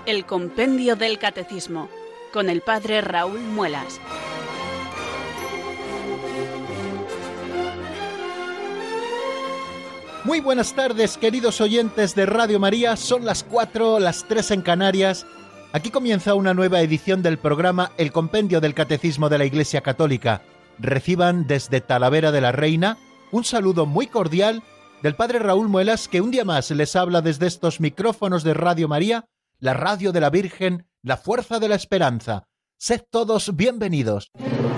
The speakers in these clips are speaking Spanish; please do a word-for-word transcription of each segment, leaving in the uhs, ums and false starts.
El Compendio del Catecismo, con el Padre Raúl Muelas. Muy buenas tardes, queridos oyentes de Radio María. Son las cuatro, las tres en Canarias. Aquí comienza una nueva edición del programa El Compendio del Catecismo de la Iglesia Católica. Reciban desde Talavera de la Reina un saludo muy cordial del Padre Raúl Muelas, que un día más les habla desde estos micrófonos de Radio María, la radio de la Virgen, la fuerza de la esperanza. Sed todos bienvenidos.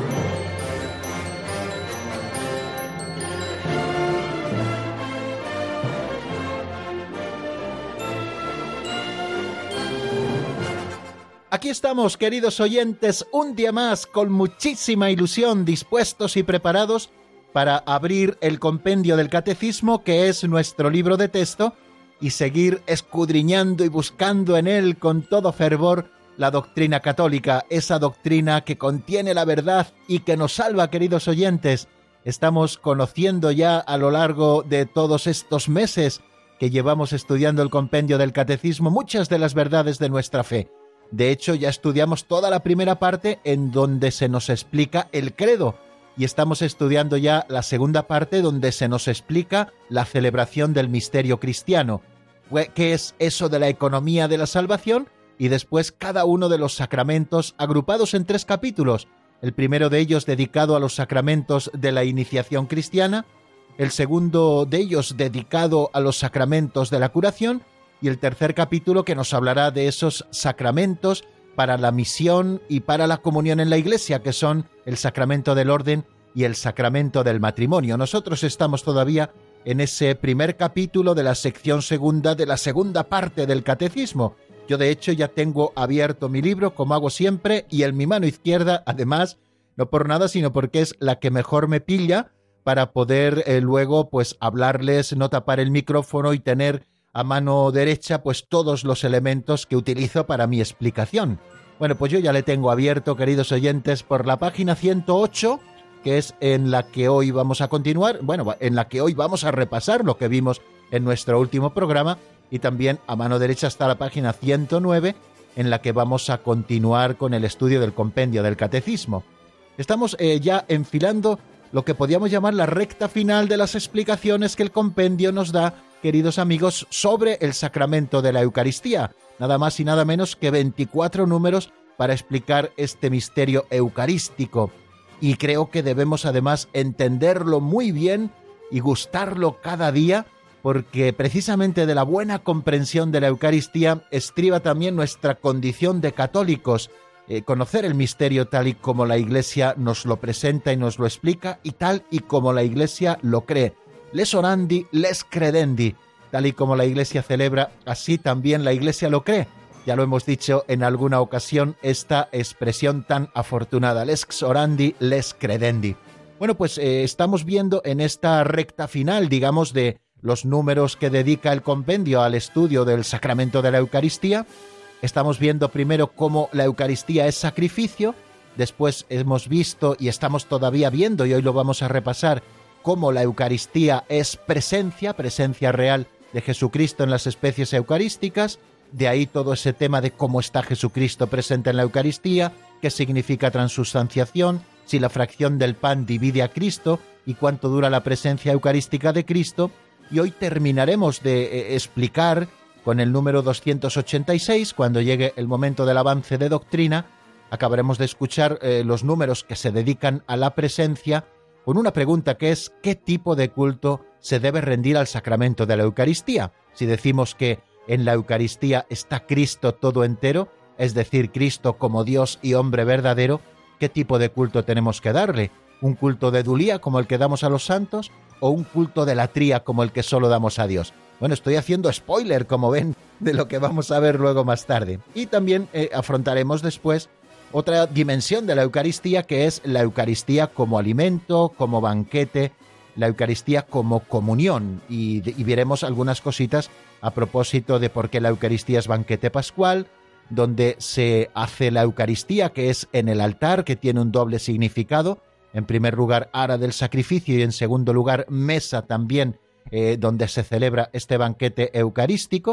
Aquí estamos, queridos oyentes, un día más con muchísima ilusión, dispuestos y preparados para abrir el Compendio del Catecismo, que es nuestro libro de texto, y seguir escudriñando y buscando en él con todo fervor la doctrina católica, esa doctrina que contiene la verdad y que nos salva, queridos oyentes. Estamos conociendo ya a lo largo de todos estos meses que llevamos estudiando el Compendio del Catecismo muchas de las verdades de nuestra fe. De hecho, ya estudiamos toda la primera parte en donde se nos explica el credo, y estamos estudiando ya la segunda parte donde se nos explica la celebración del misterio cristiano, qué es eso de la economía de la salvación, y después cada uno de los sacramentos agrupados en tres capítulos, el primero de ellos dedicado a los sacramentos de la iniciación cristiana, el segundo de ellos dedicado a los sacramentos de la curación, y el tercer capítulo que nos hablará de esos sacramentos para la misión y para la comunión en la Iglesia, que son el sacramento del orden y el sacramento del matrimonio. Nosotros estamos todavía en ese primer capítulo de la sección segunda de la segunda parte del Catecismo. Yo, de hecho, ya tengo abierto mi libro, como hago siempre, y en mi mano izquierda, además, no por nada, sino porque es la que mejor me pilla para poder eh, luego pues hablarles, no tapar el micrófono y tener a mano derecha pues todos los elementos que utilizo para mi explicación. Bueno, pues yo ya le tengo abierto, queridos oyentes, por la página ciento ocho, que es en la que hoy vamos a continuar, bueno, en la que hoy vamos a repasar lo que vimos en nuestro último programa, y también a mano derecha está la página ciento nueve, en la que vamos a continuar con el estudio del Compendio del Catecismo. Estamos eh, ya enfilando lo que podríamos llamar la recta final de las explicaciones que el compendio nos da, queridos amigos, sobre el sacramento de la Eucaristía. Nada más y nada menos que veinticuatro números para explicar este misterio eucarístico. Y creo que debemos además entenderlo muy bien y gustarlo cada día, porque precisamente de la buena comprensión de la Eucaristía estriba también nuestra condición de católicos. Eh, conocer el misterio tal y como la Iglesia nos lo presenta y nos lo explica, y tal y como la Iglesia lo cree. Les orandi, les credendi. Tal y como la Iglesia celebra, así también la Iglesia lo cree. Ya lo hemos dicho en alguna ocasión, esta expresión tan afortunada, les orandi, les credendi. Bueno, pues eh, estamos viendo en esta recta final, digamos, de los números que dedica el compendio al estudio del sacramento de la Eucaristía. Estamos viendo primero cómo la Eucaristía es sacrificio, después hemos visto y estamos todavía viendo, y hoy lo vamos a repasar, cómo la Eucaristía es presencia, presencia real de Jesucristo en las especies eucarísticas. De ahí todo ese tema de cómo está Jesucristo presente en la Eucaristía, qué significa transubstanciación, si la fracción del pan divide a Cristo y cuánto dura la presencia eucarística de Cristo. Y hoy terminaremos de eh, explicar con el número doscientos ochenta y seis, cuando llegue el momento del avance de doctrina, acabaremos de escuchar eh, los números que se dedican a la presencia, con una pregunta que es: ¿qué tipo de culto se debe rendir al sacramento de la Eucaristía? Si decimos que en la Eucaristía está Cristo todo entero, es decir, Cristo como Dios y hombre verdadero, ¿qué tipo de culto tenemos que darle? ¿Un culto de dulía como el que damos a los santos, o un culto de latría como el que solo damos a Dios? Bueno, estoy haciendo spoiler, como ven, de lo que vamos a ver luego más tarde. Y también eh, afrontaremos después otra dimensión de la Eucaristía, que es la Eucaristía como alimento, como banquete, la Eucaristía como comunión. Y, y veremos algunas cositas a propósito de por qué la Eucaristía es banquete pascual, donde se hace la Eucaristía, que es en el altar, que tiene un doble significado. En primer lugar, ara del sacrificio, y en segundo lugar, mesa también, eh, donde se celebra este banquete eucarístico.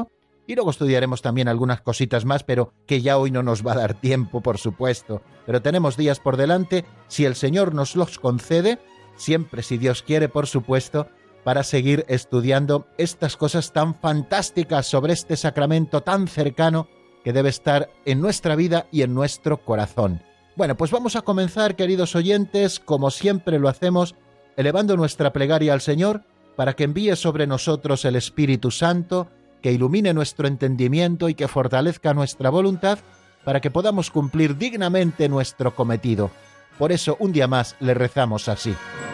Y luego estudiaremos también algunas cositas más, pero que ya hoy no nos va a dar tiempo, por supuesto. Pero tenemos días por delante, si el Señor nos los concede, siempre si Dios quiere, por supuesto, para seguir estudiando estas cosas tan fantásticas sobre este sacramento tan cercano que debe estar en nuestra vida y en nuestro corazón. Bueno, pues vamos a comenzar, queridos oyentes, como siempre lo hacemos, elevando nuestra plegaria al Señor para que envíe sobre nosotros el Espíritu Santo, que ilumine nuestro entendimiento y que fortalezca nuestra voluntad para que podamos cumplir dignamente nuestro cometido. Por eso, un día más le rezamos así.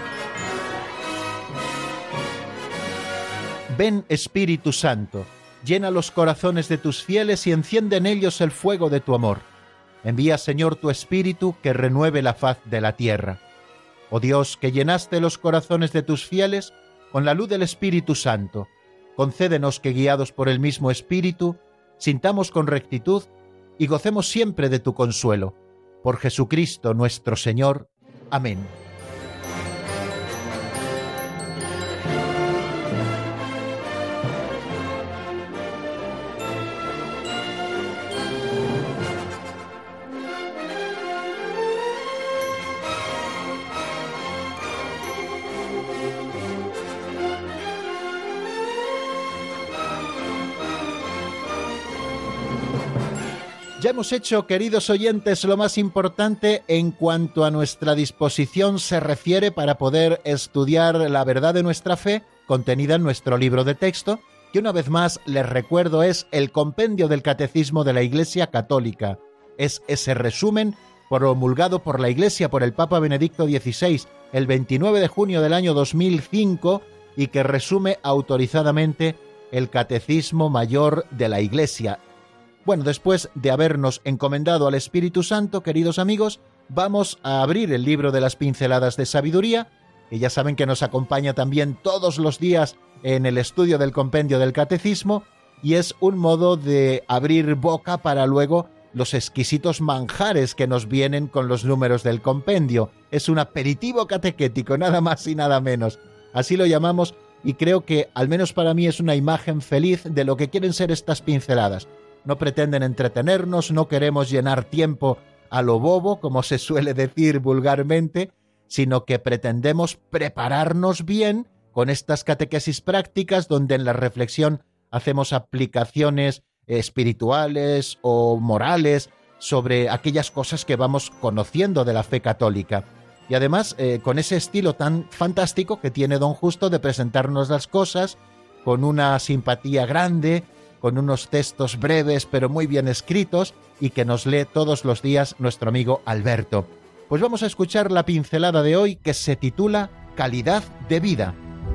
Ven, Espíritu Santo, llena los corazones de tus fieles y enciende en ellos el fuego de tu amor. Envía, Señor, tu Espíritu que renueve la faz de la tierra. Oh Dios, que llenaste los corazones de tus fieles con la luz del Espíritu Santo, concédenos que, guiados por el mismo Espíritu, sintamos con rectitud y gocemos siempre de tu consuelo. Por Jesucristo nuestro Señor. Amén. Ya hemos hecho, queridos oyentes, lo más importante en cuanto a nuestra disposición se refiere para poder estudiar la verdad de nuestra fe contenida en nuestro libro de texto, que una vez más les recuerdo es el Compendio del Catecismo de la Iglesia Católica. Es ese resumen promulgado por la Iglesia por el Papa Benedicto dieciséis el veintinueve de junio del año dos mil cinco y que resume autorizadamente el Catecismo Mayor de la Iglesia. Bueno, después de habernos encomendado al Espíritu Santo, queridos amigos, vamos a abrir el libro de las Pinceladas de Sabiduría, que ya saben que nos acompaña también todos los días en el estudio del Compendio del Catecismo, y es un modo de abrir boca para luego los exquisitos manjares que nos vienen con los números del compendio. Es un aperitivo catequético, nada más y nada menos. Así lo llamamos, y creo que, al menos para mí, es una imagen feliz de lo que quieren ser estas pinceladas. No pretenden entretenernos, no queremos llenar tiempo a lo bobo, como se suele decir vulgarmente, sino que pretendemos prepararnos bien con estas catequesis prácticas donde en la reflexión hacemos aplicaciones espirituales o morales sobre aquellas cosas que vamos conociendo de la fe católica. Y además, eh, con ese estilo tan fantástico que tiene don Justo de presentarnos las cosas con una simpatía grande, con unos textos breves pero muy bien escritos y que nos lee todos los días nuestro amigo Alberto. Pues vamos a escuchar la pincelada de hoy que se titula Calidad de vida.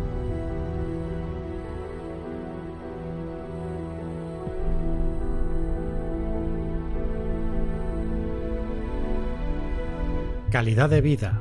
Calidad de vida.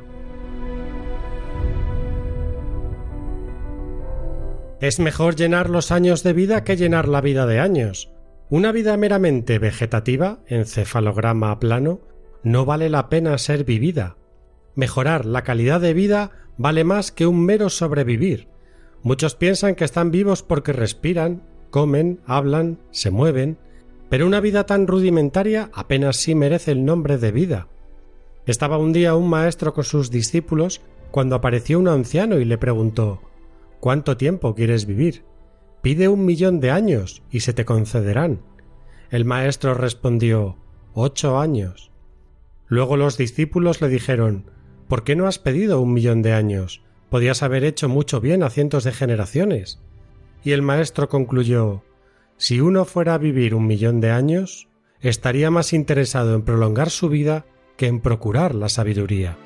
Es mejor llenar los años de vida que llenar la vida de años. Una vida meramente vegetativa, encefalograma plano, no vale la pena ser vivida. Mejorar la calidad de vida vale más que un mero sobrevivir. Muchos piensan que están vivos porque respiran, comen, hablan, se mueven, pero una vida tan rudimentaria apenas sí merece el nombre de vida. Estaba un día un maestro con sus discípulos cuando apareció un anciano y le preguntó: ¿cuánto tiempo quieres vivir? Pide un millón de años y se te concederán. El maestro respondió: ocho años. Luego los discípulos le dijeron: ¿por qué no has pedido un millón de años? Podías haber hecho mucho bien a cientos de generaciones. Y el maestro concluyó: si uno fuera a vivir un millón de años, estaría más interesado en prolongar su vida que en procurar la sabiduría.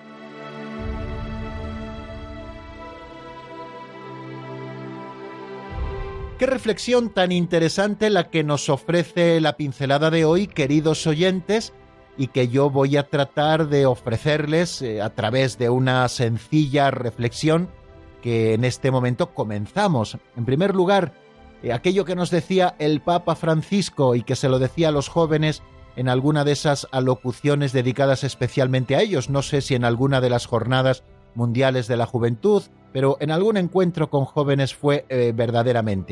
Qué reflexión tan interesante la que nos ofrece la pincelada de hoy, queridos oyentes, y que yo voy a tratar de ofrecerles eh, a través de una sencilla reflexión que en este momento comenzamos. En primer lugar, eh, aquello que nos decía el Papa Francisco y que se lo decía a los jóvenes en alguna de esas alocuciones dedicadas especialmente a ellos, no sé si en alguna de las jornadas mundiales de la juventud, pero en algún encuentro con jóvenes fue eh, verdaderamente.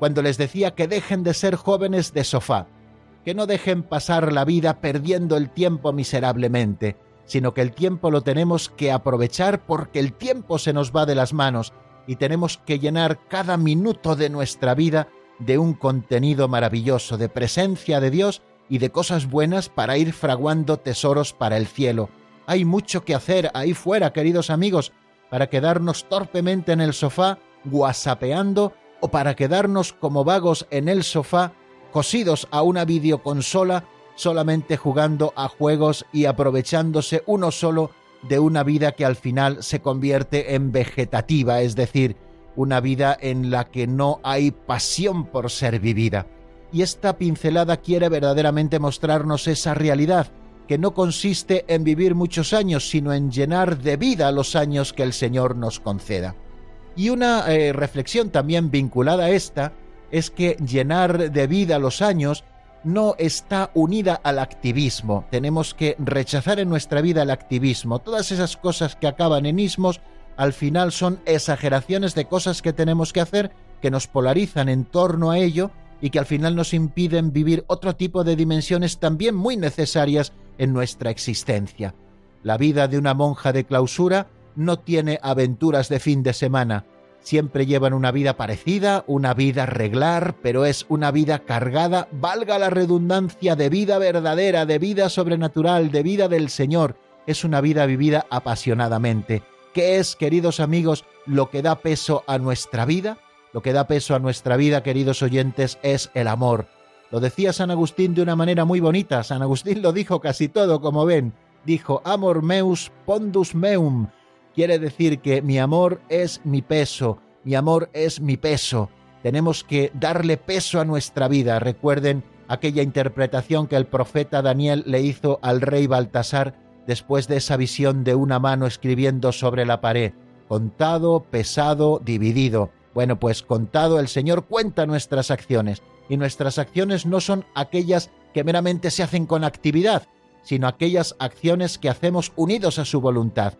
cuando les decía que dejen de ser jóvenes de sofá, que no dejen pasar la vida perdiendo el tiempo miserablemente, sino que el tiempo lo tenemos que aprovechar porque el tiempo se nos va de las manos y tenemos que llenar cada minuto de nuestra vida de un contenido maravilloso, de presencia de Dios y de cosas buenas para ir fraguando tesoros para el cielo. Hay mucho que hacer ahí fuera, queridos amigos, para quedarnos torpemente en el sofá, guasapeando, o para quedarnos como vagos en el sofá, cosidos a una videoconsola, solamente jugando a juegos y aprovechándose uno solo de una vida que al final se convierte en vegetativa, es decir, una vida en la que no hay pasión por ser vivida. Y esta pincelada quiere verdaderamente mostrarnos esa realidad, que no consiste en vivir muchos años, sino en llenar de vida los años que el Señor nos conceda. Y una eh, reflexión también vinculada a esta es que llenar de vida los años no está unida al activismo. Tenemos que rechazar en nuestra vida el activismo. Todas esas cosas que acaban en ismos, al final son exageraciones de cosas que tenemos que hacer, que nos polarizan en torno a ello y que al final nos impiden vivir otro tipo de dimensiones también muy necesarias en nuestra existencia. La vida de una monja de clausura no tiene aventuras de fin de semana. Siempre llevan una vida parecida, una vida reglar, pero es una vida cargada, valga la redundancia, de vida verdadera, de vida sobrenatural, de vida del Señor. Es una vida vivida apasionadamente. ¿Qué es, queridos amigos, lo que da peso a nuestra vida? Lo que da peso a nuestra vida, queridos oyentes, es el amor. Lo decía San Agustín de una manera muy bonita. San Agustín lo dijo casi todo, como ven. Dijo, amor meus pondus meum. Quiere decir que mi amor es mi peso, mi amor es mi peso. Tenemos que darle peso a nuestra vida. Recuerden aquella interpretación que el profeta Daniel le hizo al rey Baltasar después de esa visión de una mano escribiendo sobre la pared. Contado, pesado, dividido. Bueno, pues contado, el Señor cuenta nuestras acciones. Y nuestras acciones no son aquellas que meramente se hacen con actividad, sino aquellas acciones que hacemos unidos a su voluntad.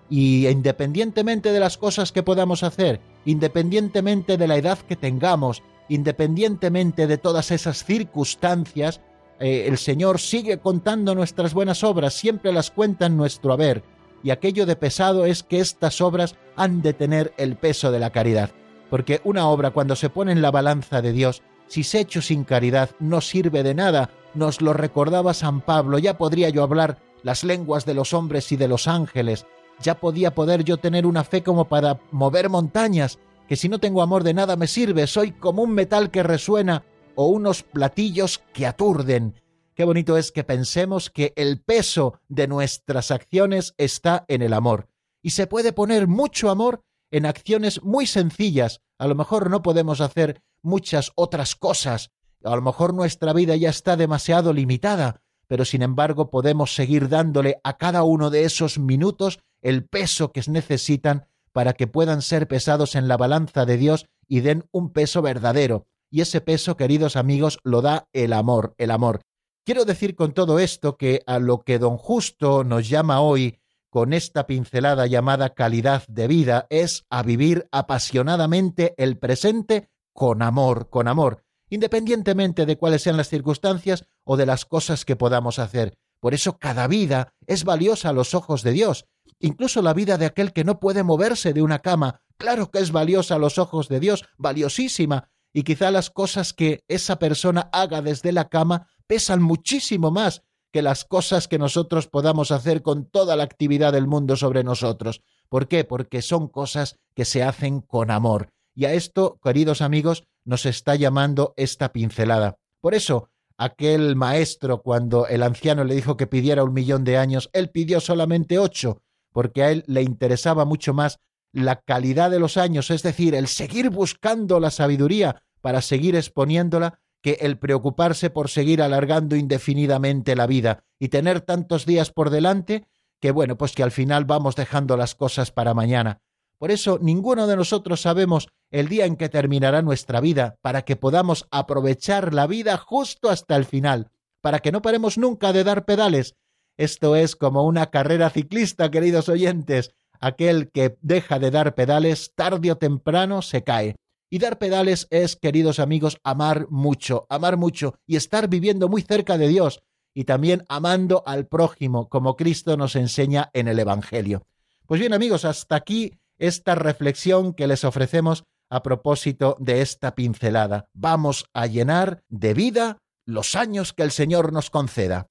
Y independientemente de las cosas que podamos hacer, independientemente de la edad que tengamos, independientemente de todas esas circunstancias, eh, el Señor sigue contando nuestras buenas obras, siempre las cuenta en nuestro haber, y aquello de pesado es que estas obras han de tener el peso de la caridad, porque una obra cuando se pone en la balanza de Dios, si se ha hecho sin caridad, no sirve de nada. Nos lo recordaba San Pablo, ya podría yo hablar las lenguas de los hombres y de los ángeles, ya podía poder yo tener una fe como para mover montañas, que si no tengo amor de nada me sirve, soy como un metal que resuena o unos platillos que aturden. Qué bonito es que pensemos que el peso de nuestras acciones está en el amor. Y se puede poner mucho amor en acciones muy sencillas. A lo mejor no podemos hacer muchas otras cosas, a lo mejor nuestra vida ya está demasiado limitada, pero sin embargo podemos seguir dándole a cada uno de esos minutos el peso que necesitan para que puedan ser pesados en la balanza de Dios y den un peso verdadero. Y ese peso, queridos amigos, lo da el amor, el amor. Quiero decir con todo esto que a lo que don Justo nos llama hoy, con esta pincelada llamada calidad de vida, es a vivir apasionadamente el presente con amor, con amor, independientemente de cuáles sean las circunstancias o de las cosas que podamos hacer. Por eso cada vida es valiosa a los ojos de Dios. Incluso la vida de aquel que no puede moverse de una cama, claro que es valiosa a los ojos de Dios, valiosísima, y quizá las cosas que esa persona haga desde la cama pesan muchísimo más que las cosas que nosotros podamos hacer con toda la actividad del mundo sobre nosotros. ¿Por qué? Porque son cosas que se hacen con amor. Y a esto, queridos amigos, nos está llamando esta pincelada. Por eso, aquel maestro, cuando el anciano le dijo que pidiera un millón de años, él pidió solamente ocho, porque a él le interesaba mucho más la calidad de los años, es decir, el seguir buscando la sabiduría para seguir exponiéndola, que el preocuparse por seguir alargando indefinidamente la vida y tener tantos días por delante que, bueno, pues que al final vamos dejando las cosas para mañana. Por eso ninguno de nosotros sabemos el día en que terminará nuestra vida, para que podamos aprovechar la vida justo hasta el final, para que no paremos nunca de dar pedales. Esto es como una carrera ciclista, queridos oyentes. Aquel que deja de dar pedales, tarde o temprano se cae. Y dar pedales es, queridos amigos, amar mucho, amar mucho y estar viviendo muy cerca de Dios y también amando al prójimo, como Cristo nos enseña en el Evangelio. Pues bien, amigos, hasta aquí esta reflexión que les ofrecemos a propósito de esta pincelada. Vamos a llenar de vida los años que el Señor nos conceda.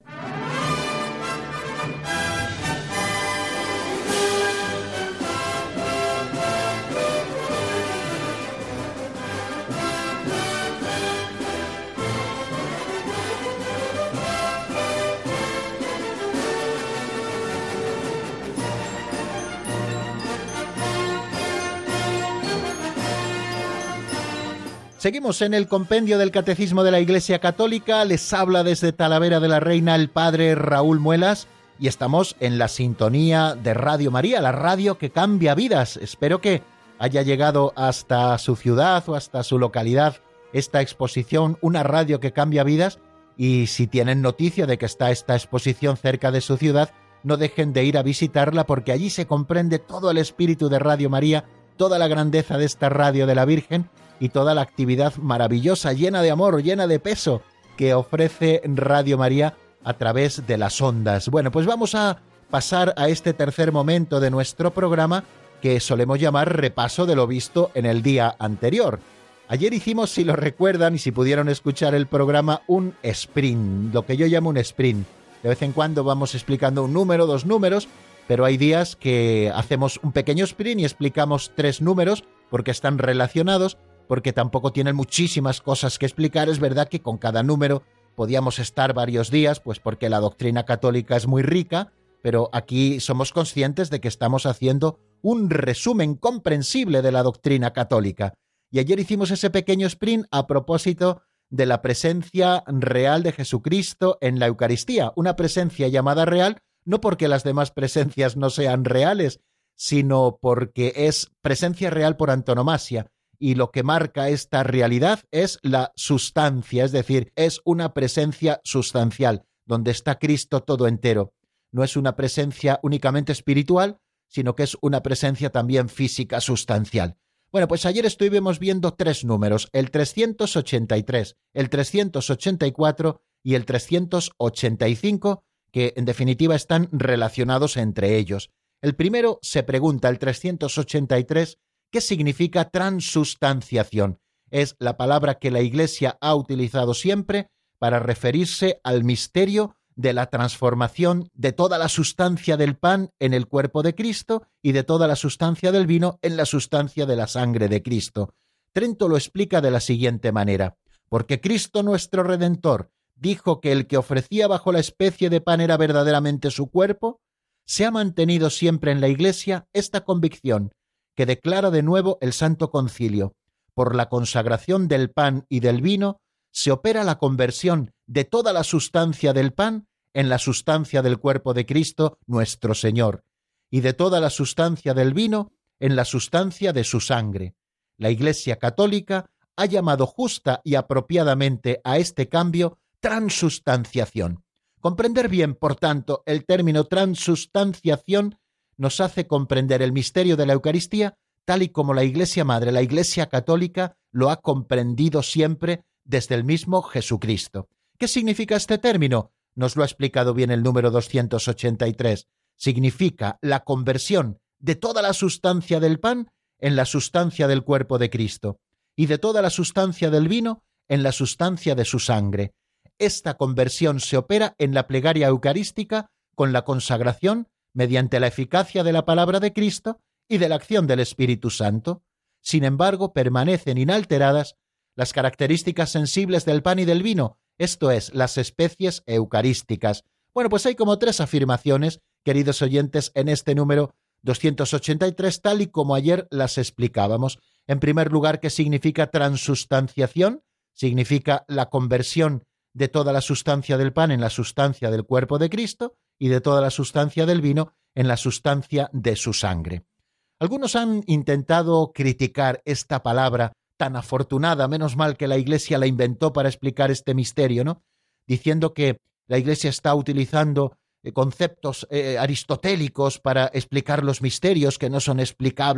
Seguimos en el compendio del Catecismo de la Iglesia Católica. Les habla desde Talavera de la Reina el padre Raúl Muelas y estamos en la sintonía de Radio María, la radio que cambia vidas. Espero que haya llegado hasta su ciudad o hasta su localidad esta exposición, una radio que cambia vidas, y si tienen noticia de que está esta exposición cerca de su ciudad, no dejen de ir a visitarla, porque allí se comprende todo el espíritu de Radio María, toda la grandeza de esta radio de la Virgen y toda la actividad maravillosa, llena de amor, llena de peso, que ofrece Radio María a través de las ondas. Bueno, pues vamos a pasar a este tercer momento de nuestro programa, que solemos llamar repaso de lo visto en el día anterior. Ayer hicimos, si lo recuerdan y si pudieron escuchar el programa, un sprint, lo que yo llamo un sprint. De vez en cuando vamos explicando un número, dos números, pero hay días que hacemos un pequeño sprint y explicamos tres números porque están relacionados, porque tampoco tienen muchísimas cosas que explicar. Es verdad que con cada número podíamos estar varios días, pues porque la doctrina católica es muy rica, pero aquí somos conscientes de que estamos haciendo un resumen comprensible de la doctrina católica. Y ayer hicimos ese pequeño sprint a propósito de la presencia real de Jesucristo en la Eucaristía, una presencia llamada real no porque las demás presencias no sean reales, sino porque es presencia real por antonomasia. Y lo que marca esta realidad es la sustancia, es decir, es una presencia sustancial, donde está Cristo todo entero. No es una presencia únicamente espiritual, sino que es una presencia también física, sustancial. Bueno, pues ayer estuvimos viendo tres números, el trescientos ochenta y tres, el trescientos ochenta y cuatro y el trescientos ochenta y cinco, que en definitiva están relacionados entre ellos. El primero se pregunta, el trescientos ochenta y tres, ¿qué significa transustanciación? Es la palabra que la Iglesia ha utilizado siempre para referirse al misterio de la transformación de toda la sustancia del pan en el cuerpo de Cristo y de toda la sustancia del vino en la sustancia de la sangre de Cristo. Trento lo explica de la siguiente manera: porque Cristo nuestro Redentor dijo que el que ofrecía bajo la especie de pan era verdaderamente su cuerpo, se ha mantenido siempre en la Iglesia esta convicción, que declara de nuevo el Santo Concilio: por la consagración del pan y del vino se opera la conversión de toda la sustancia del pan en la sustancia del cuerpo de Cristo nuestro Señor, y de toda la sustancia del vino en la sustancia de su sangre. La Iglesia Católica ha llamado justa y apropiadamente a este cambio transustanciación. Comprender bien, por tanto, el término transustanciación nos hace comprender el misterio de la Eucaristía tal y como la Iglesia Madre, la Iglesia Católica, lo ha comprendido siempre desde el mismo Jesucristo. ¿Qué significa este término? Nos lo ha explicado bien el número doscientos ochenta y tres. Significa la conversión de toda la sustancia del pan en la sustancia del cuerpo de Cristo y de toda la sustancia del vino en la sustancia de su sangre. Esta conversión se opera en la plegaria eucarística con la consagración mediante la eficacia de la palabra de Cristo y de la acción del Espíritu Santo. Sin embargo, permanecen inalteradas las características sensibles del pan y del vino, esto es, las especies eucarísticas. Bueno, pues hay como tres afirmaciones, queridos oyentes, en este número doscientos ochenta y tres, tal y como ayer las explicábamos. En primer lugar, ¿qué significa transustanciación? Significa la conversión de toda la sustancia del pan en la sustancia del cuerpo de Cristo y de toda la sustancia del vino en la sustancia de su sangre. Algunos han intentado criticar esta palabra tan afortunada, menos mal que la Iglesia la inventó para explicar este misterio, ¿no? Diciendo que la Iglesia está utilizando eh, conceptos eh, aristotélicos para explicar los misterios que no son explicables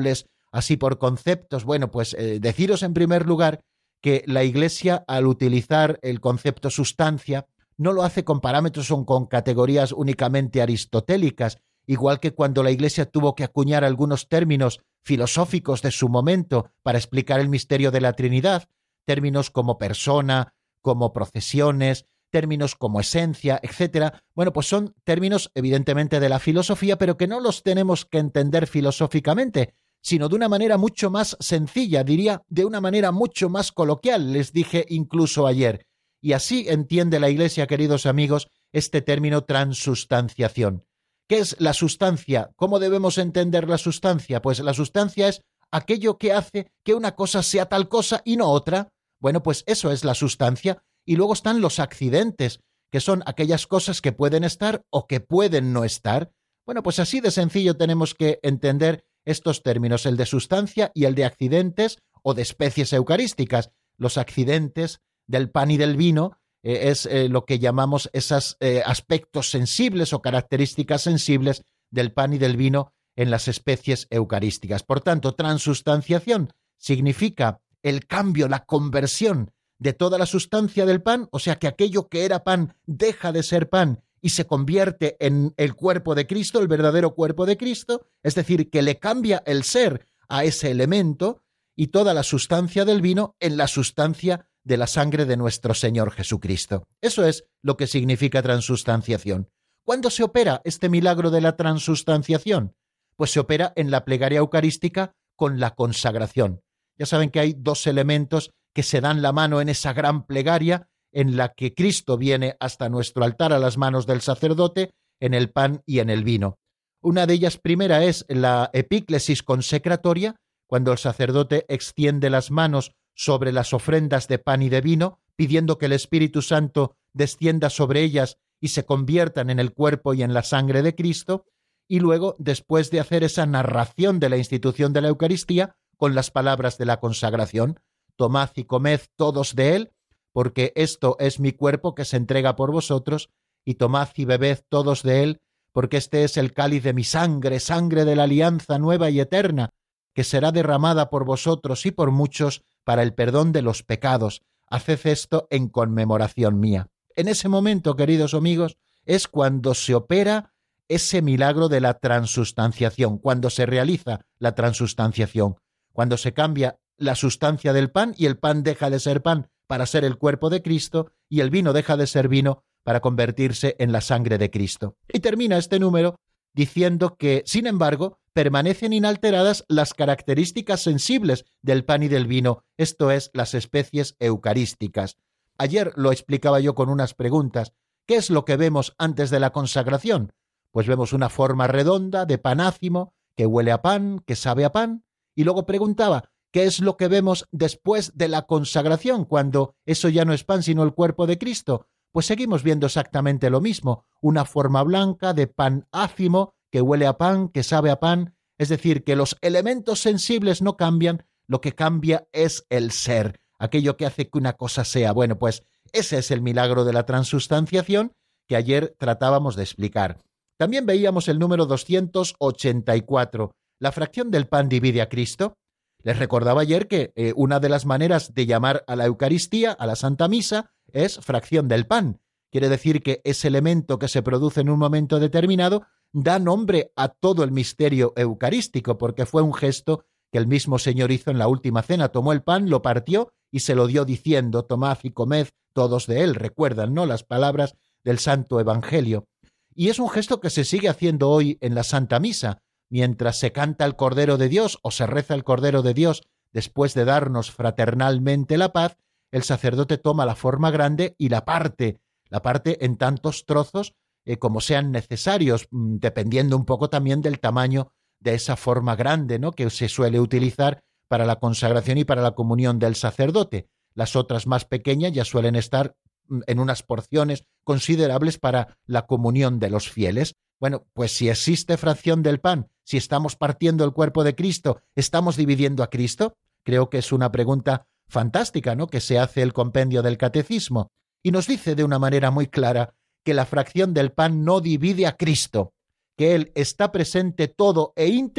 así por conceptos, bueno, pues eh, deciros en primer lugar que la Iglesia, al utilizar el concepto sustancia, no lo hace con parámetros o con categorías únicamente aristotélicas, igual que cuando la Iglesia tuvo que acuñar algunos términos filosóficos de su momento para explicar el misterio de la Trinidad, términos como persona, como procesiones, términos como esencia, etcétera. Bueno, pues son términos evidentemente de la filosofía, pero que no los tenemos que entender filosóficamente, sino de una manera mucho más sencilla, diría, de una manera mucho más coloquial, les dije incluso ayer. Y así entiende la Iglesia, queridos amigos, este término transustanciación. ¿Qué es la sustancia? ¿Cómo debemos entender la sustancia? Pues la sustancia es aquello que hace que una cosa sea tal cosa y no otra. Bueno, pues eso es la sustancia. Y luego están los accidentes, que son aquellas cosas que pueden estar o que pueden no estar. Bueno, pues así de sencillo tenemos que entender estos términos, el de sustancia y el de accidentes o de especies eucarísticas. Los accidentes del pan y del vino eh, es eh, lo que llamamos esos eh, aspectos sensibles o características sensibles del pan y del vino en las especies eucarísticas. Por tanto, transustanciación significa el cambio, la conversión de toda la sustancia del pan, o sea que aquello que era pan deja de ser pan y se convierte en el cuerpo de Cristo, el verdadero cuerpo de Cristo, es decir, que le cambia el ser a ese elemento, y toda la sustancia del vino en la sustancia de la sangre de nuestro Señor Jesucristo. Eso es lo que significa transustanciación. ¿Cuándo se opera este milagro de la transustanciación? Pues se opera en la plegaria eucarística con la consagración. Ya saben que hay dos elementos que se dan la mano en esa gran plegaria en la que Cristo viene hasta nuestro altar a las manos del sacerdote en el pan y en el vino. Una de ellas primera es la epíclesis consecratoria, cuando el sacerdote extiende las manos sobre las ofrendas de pan y de vino, pidiendo que el Espíritu Santo descienda sobre ellas y se conviertan en el cuerpo y en la sangre de Cristo, y luego, después de hacer esa narración de la institución de la Eucaristía, con las palabras de la consagración: tomad y comed todos de él, porque esto es mi cuerpo que se entrega por vosotros, y tomad y bebed todos de él, porque este es el cáliz de mi sangre, sangre de la alianza nueva y eterna, que será derramada por vosotros y por muchos para el perdón de los pecados. Haced esto en conmemoración mía. En ese momento, queridos amigos, es cuando se opera ese milagro de la transustanciación, cuando se realiza la transustanciación, cuando se cambia la sustancia del pan y el pan deja de ser pan para ser el cuerpo de Cristo y el vino deja de ser vino para convertirse en la sangre de Cristo. Y termina este número diciendo que, sin embargo, permanecen inalteradas las características sensibles del pan y del vino, esto es, las especies eucarísticas. Ayer lo explicaba yo con unas preguntas. ¿Qué es lo que vemos antes de la consagración? Pues vemos una forma redonda de panácimo, que huele a pan, que sabe a pan, y luego preguntaba, ¿qué es lo que vemos después de la consagración, cuando eso ya no es pan sino el cuerpo de Cristo? Pues seguimos viendo exactamente lo mismo, una forma blanca de pan ácimo, que huele a pan, que sabe a pan, es decir, que los elementos sensibles no cambian, lo que cambia es el ser, aquello que hace que una cosa sea. Bueno, pues ese es el milagro de la transustanciación que ayer tratábamos de explicar. También veíamos el número doscientos ochenta y cuatro, la fracción del pan divide a Cristo. Les recordaba ayer que eh, una de las maneras de llamar a la Eucaristía, a la Santa Misa, es fracción del pan. Quiere decir que ese elemento que se produce en un momento determinado da nombre a todo el misterio eucarístico, porque fue un gesto que el mismo Señor hizo en la última cena. Tomó el pan, lo partió y se lo dio diciendo: tomad y comed todos de él. Recuerdan, ¿no?, las palabras del Santo Evangelio. Y es un gesto que se sigue haciendo hoy en la Santa Misa, mientras se canta el Cordero de Dios o se reza el Cordero de Dios después de darnos fraternalmente la paz. El sacerdote toma la forma grande y la parte, la parte en tantos trozos eh, como sean necesarios, dependiendo un poco también del tamaño de esa forma grande, ¿no?, que se suele utilizar para la consagración y para la comunión del sacerdote. Las otras más pequeñas ya suelen estar en unas porciones considerables para la comunión de los fieles. Bueno, pues si existe fracción del pan, si estamos partiendo el cuerpo de Cristo, ¿estamos dividiendo a Cristo? Creo que es una pregunta fantástica, ¿no?, que se hace el compendio del Catecismo, y nos dice de una manera muy clara que la fracción del pan no divide a Cristo, que Él está presente todo e íntegro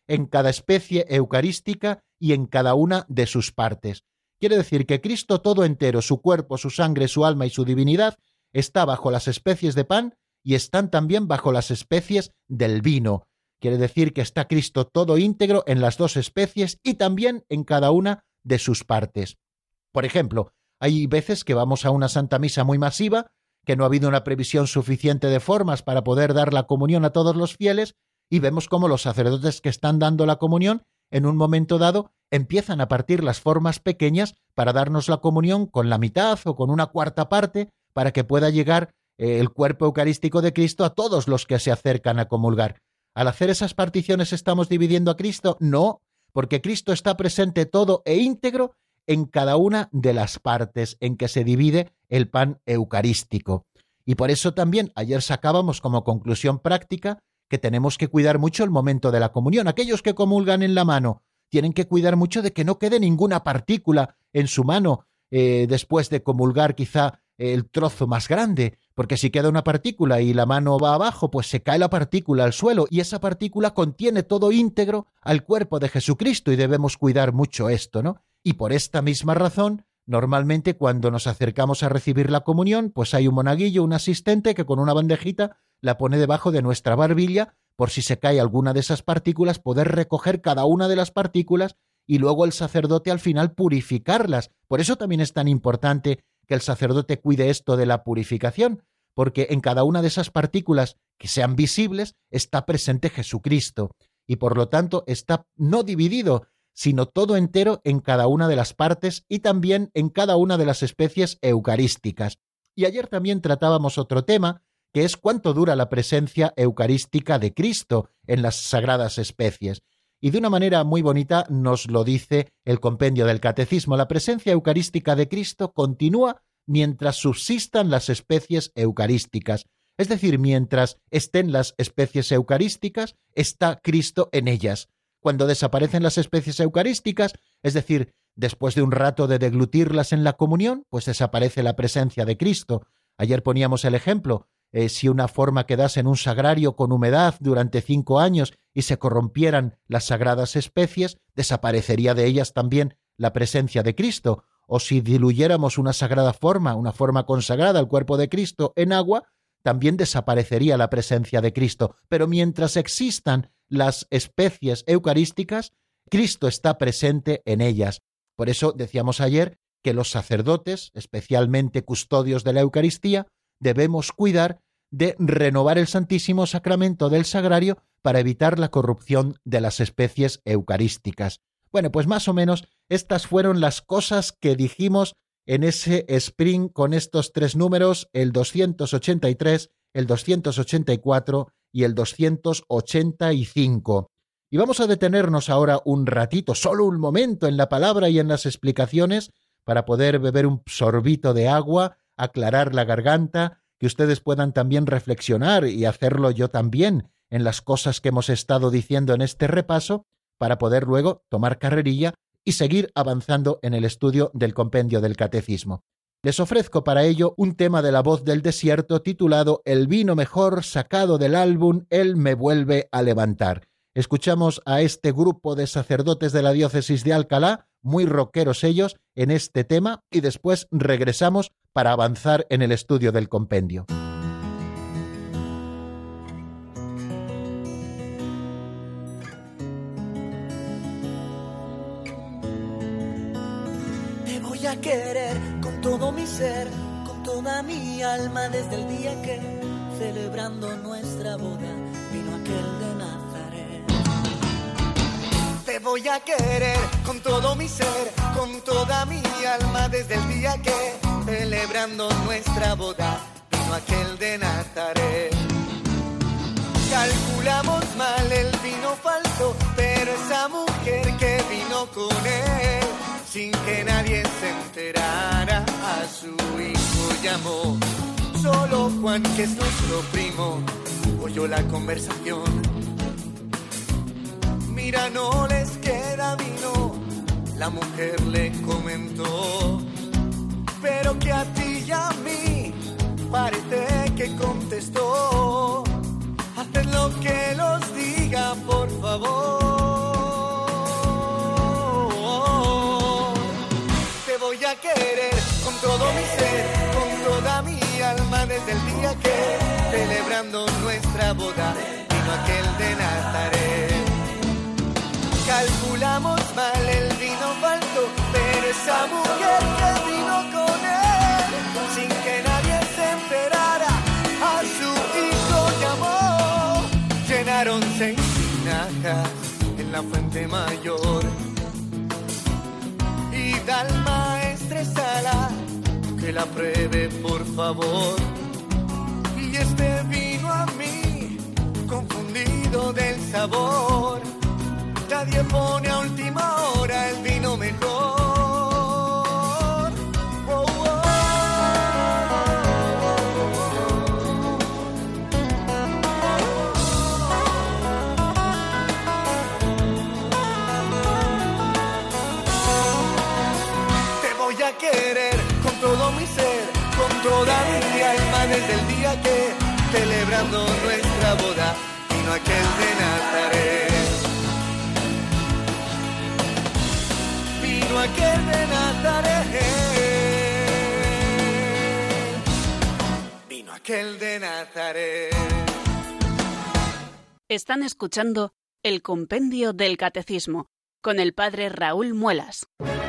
en cada especie eucarística y en cada una de sus partes. Quiere decir que Cristo todo entero, su cuerpo, su sangre, su alma y su divinidad, está bajo las especies de pan y están también bajo las especies del vino. Quiere decir que está Cristo todo íntegro en las dos especies y también en cada una de sus partes. Por ejemplo, hay veces que vamos a una Santa Misa muy masiva, que no ha habido una previsión suficiente de formas para poder dar la comunión a todos los fieles, y vemos cómo los sacerdotes que están dando la comunión, en un momento dado, empiezan a partir las formas pequeñas para darnos la comunión con la mitad o con una cuarta parte, para que pueda llegar eh, el cuerpo eucarístico de Cristo a todos los que se acercan a comulgar. ¿Al hacer esas particiones estamos dividiendo a Cristo? No, porque Cristo está presente todo e íntegro en cada una de las partes en que se divide el pan eucarístico. Y por eso también ayer sacábamos como conclusión práctica que tenemos que cuidar mucho el momento de la comunión. Aquellos que comulgan en la mano tienen que cuidar mucho de que no quede ninguna partícula en su mano eh, después de comulgar quizá el trozo más grande, porque si queda una partícula y la mano va abajo, pues se cae la partícula al suelo y esa partícula contiene todo íntegro al cuerpo de Jesucristo y debemos cuidar mucho esto, ¿no? Y por esta misma razón, normalmente cuando nos acercamos a recibir la comunión, pues hay un monaguillo, un asistente que con una bandejita la pone debajo de nuestra barbilla por si se cae alguna de esas partículas, poder recoger cada una de las partículas y luego el sacerdote al final purificarlas. Por eso también es tan importante que el sacerdote cuide esto de la purificación, porque en cada una de esas partículas que sean visibles está presente Jesucristo y por lo tanto está no dividido, sino todo entero en cada una de las partes y también en cada una de las especies eucarísticas. Y ayer también tratábamos otro tema, que es cuánto dura la presencia eucarística de Cristo en las sagradas especies. Y de una manera muy bonita nos lo dice el compendio del Catecismo. La presencia eucarística de Cristo continúa mientras subsistan las especies eucarísticas. Es decir, mientras estén las especies eucarísticas, está Cristo en ellas. Cuando desaparecen las especies eucarísticas, es decir, después de un rato de deglutirlas en la comunión, pues desaparece la presencia de Cristo. Ayer poníamos el ejemplo. Eh, si una forma quedase en un sagrario con humedad durante cinco años y se corrompieran las sagradas especies, desaparecería de ellas también la presencia de Cristo. O si diluyéramos una sagrada forma, una forma consagrada al cuerpo de Cristo en agua, también desaparecería la presencia de Cristo. Pero mientras existan las especies eucarísticas, Cristo está presente en ellas. Por eso decíamos ayer que los sacerdotes, especialmente custodios de la Eucaristía, debemos cuidar de renovar el Santísimo Sacramento del Sagrario para evitar la corrupción de las especies eucarísticas. Bueno, pues más o menos estas fueron las cosas que dijimos en ese sprint con estos tres números, el doscientos ochenta y tres, el doscientos ochenta y cuatro y el doscientos ochenta y cinco. Y vamos a detenernos ahora un ratito, solo un momento, en la palabra y en las explicaciones para poder beber un sorbito de agua, aclarar la garganta, que ustedes puedan también reflexionar y hacerlo yo también en las cosas que hemos estado diciendo en este repaso, para poder luego tomar carrerilla y seguir avanzando en el estudio del compendio del Catecismo. Les ofrezco para ello un tema de La Voz del Desierto titulado El vino mejor sacado del álbum Él me vuelve a levantar. Escuchamos a este grupo de sacerdotes de la diócesis de Alcalá, muy rockeros ellos, en este tema, y después regresamos para avanzar en el estudio del compendio. Te voy a querer con todo mi ser, con toda mi alma, desde el día que, celebrando nuestra boda, vino aquel de Nazaret. Te voy a querer con todo mi ser, con toda mi alma, desde el día que, celebrando nuestra boda, vino aquel de Nazaret. Calculamos mal, el vino falso, pero esa mujer que vino con él, sin que nadie se enterara, a su hijo llamó. Solo Juan, que es nuestro primo, oyó la conversación. Mira, no les queda vino, la mujer le comentó, pero que a ti y a mí parece que contestó. Haced lo que los diga, por favor. mi ser, con toda mi alma desde el día que, celebrando nuestra boda, vino aquel de Nazaret. Calculamos mal, el vino faltó, pero esa mujer que vino con él, sin que nadie se enterara, a su hijo llamó. Llenaron seis tinajas en la fuente mayor, y da al maestresala que la pruebe por favor. Y este vino a mí, confundido del sabor. Nadie pone a última hora el vino mejor. Oh, oh. Te voy a querer con todo mi ser, con toda mi alma desde el día que, celebrando nuestra boda, vino aquel de Nazaret. Vino aquel de Nazaret. Vino aquel de Nazaret. Están escuchando el Compendio del Catecismo con el padre Raúl Muelas.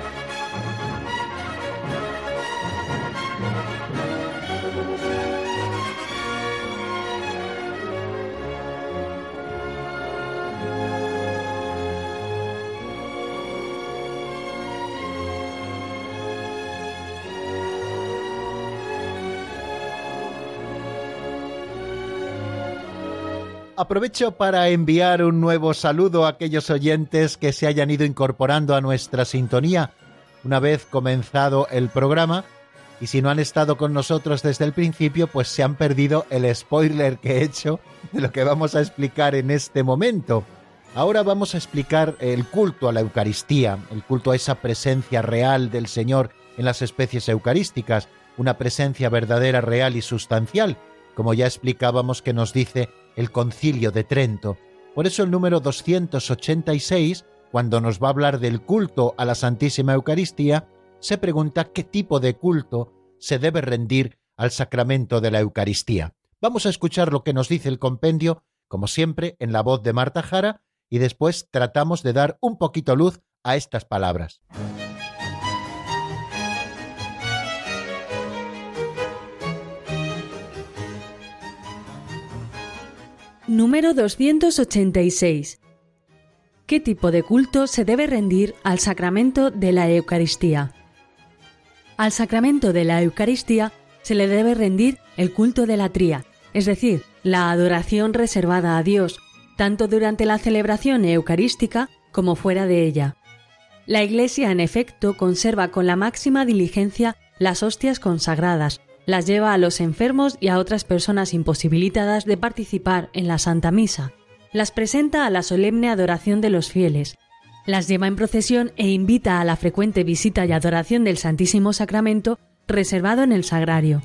Aprovecho para enviar un nuevo saludo a aquellos oyentes que se hayan ido incorporando a nuestra sintonía una vez comenzado el programa, y si no han estado con nosotros desde el principio, pues se han perdido el spoiler que he hecho de lo que vamos a explicar en este momento. Ahora vamos a explicar el culto a la Eucaristía, el culto a esa presencia real del Señor en las especies eucarísticas, una presencia verdadera, real y sustancial, como ya explicábamos que nos dice el Concilio de Trento. Por eso el número doscientos ochenta y seis, cuando nos va a hablar del culto a la Santísima Eucaristía, se pregunta qué tipo de culto se debe rendir al sacramento de la Eucaristía. Vamos a escuchar lo que nos dice el compendio, como siempre, en la voz de Marta Jara, y después tratamos de dar un poquito luz a estas palabras. Número doscientos ochenta y seis. ¿Qué tipo de culto se debe rendir al sacramento de la Eucaristía? Al sacramento de la Eucaristía se le debe rendir el culto de la tría, es decir, la adoración reservada a Dios, tanto durante la celebración eucarística como fuera de ella. La Iglesia, en efecto, conserva con la máxima diligencia las hostias consagradas, las lleva a los enfermos y a otras personas imposibilitadas de participar en la Santa Misa, las presenta a la solemne adoración de los fieles, las lleva en procesión e invita a la frecuente visita y adoración del Santísimo Sacramento reservado en el sagrario.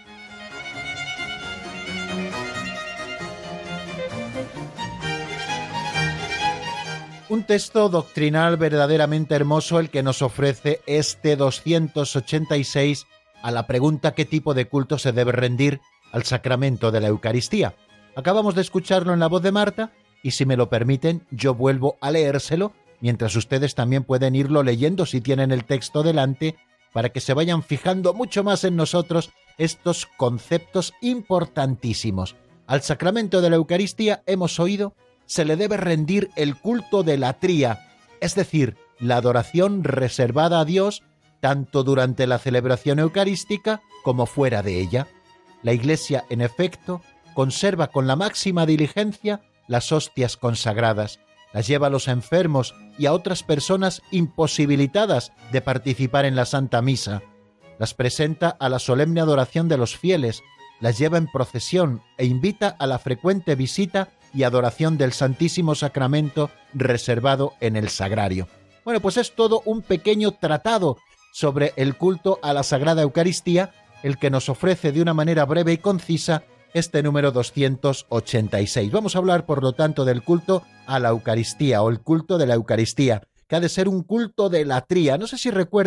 Un texto doctrinal verdaderamente hermoso el que nos ofrece este doscientos ochenta y seis a la pregunta qué tipo de culto se debe rendir al sacramento de la Eucaristía. Acabamos de escucharlo en la voz de Marta y, si me lo permiten, yo vuelvo a leérselo, mientras ustedes también pueden irlo leyendo si tienen el texto delante, para que se vayan fijando mucho más en nosotros estos conceptos importantísimos. Al sacramento de la Eucaristía, hemos oído, se le debe rendir el culto de la tría, es decir, la adoración reservada a Dios tanto durante la celebración eucarística como fuera de ella. La Iglesia, en efecto, conserva con la máxima diligencia las hostias consagradas, las lleva a los enfermos y a otras personas imposibilitadas de participar en la Santa Misa, las presenta a la solemne adoración de los fieles, las lleva en procesión e invita a la frecuente visita y adoración del Santísimo Sacramento reservado en el sagrario. Bueno, pues es todo un pequeño tratado sobre el culto a la Sagrada Eucaristía, el que nos ofrece de una manera breve y concisa este número doscientos ochenta y seis. Vamos a hablar, por lo tanto, del culto a la Eucaristía o el culto de la Eucaristía, que ha de ser un culto de la tría. No sé si recuerdan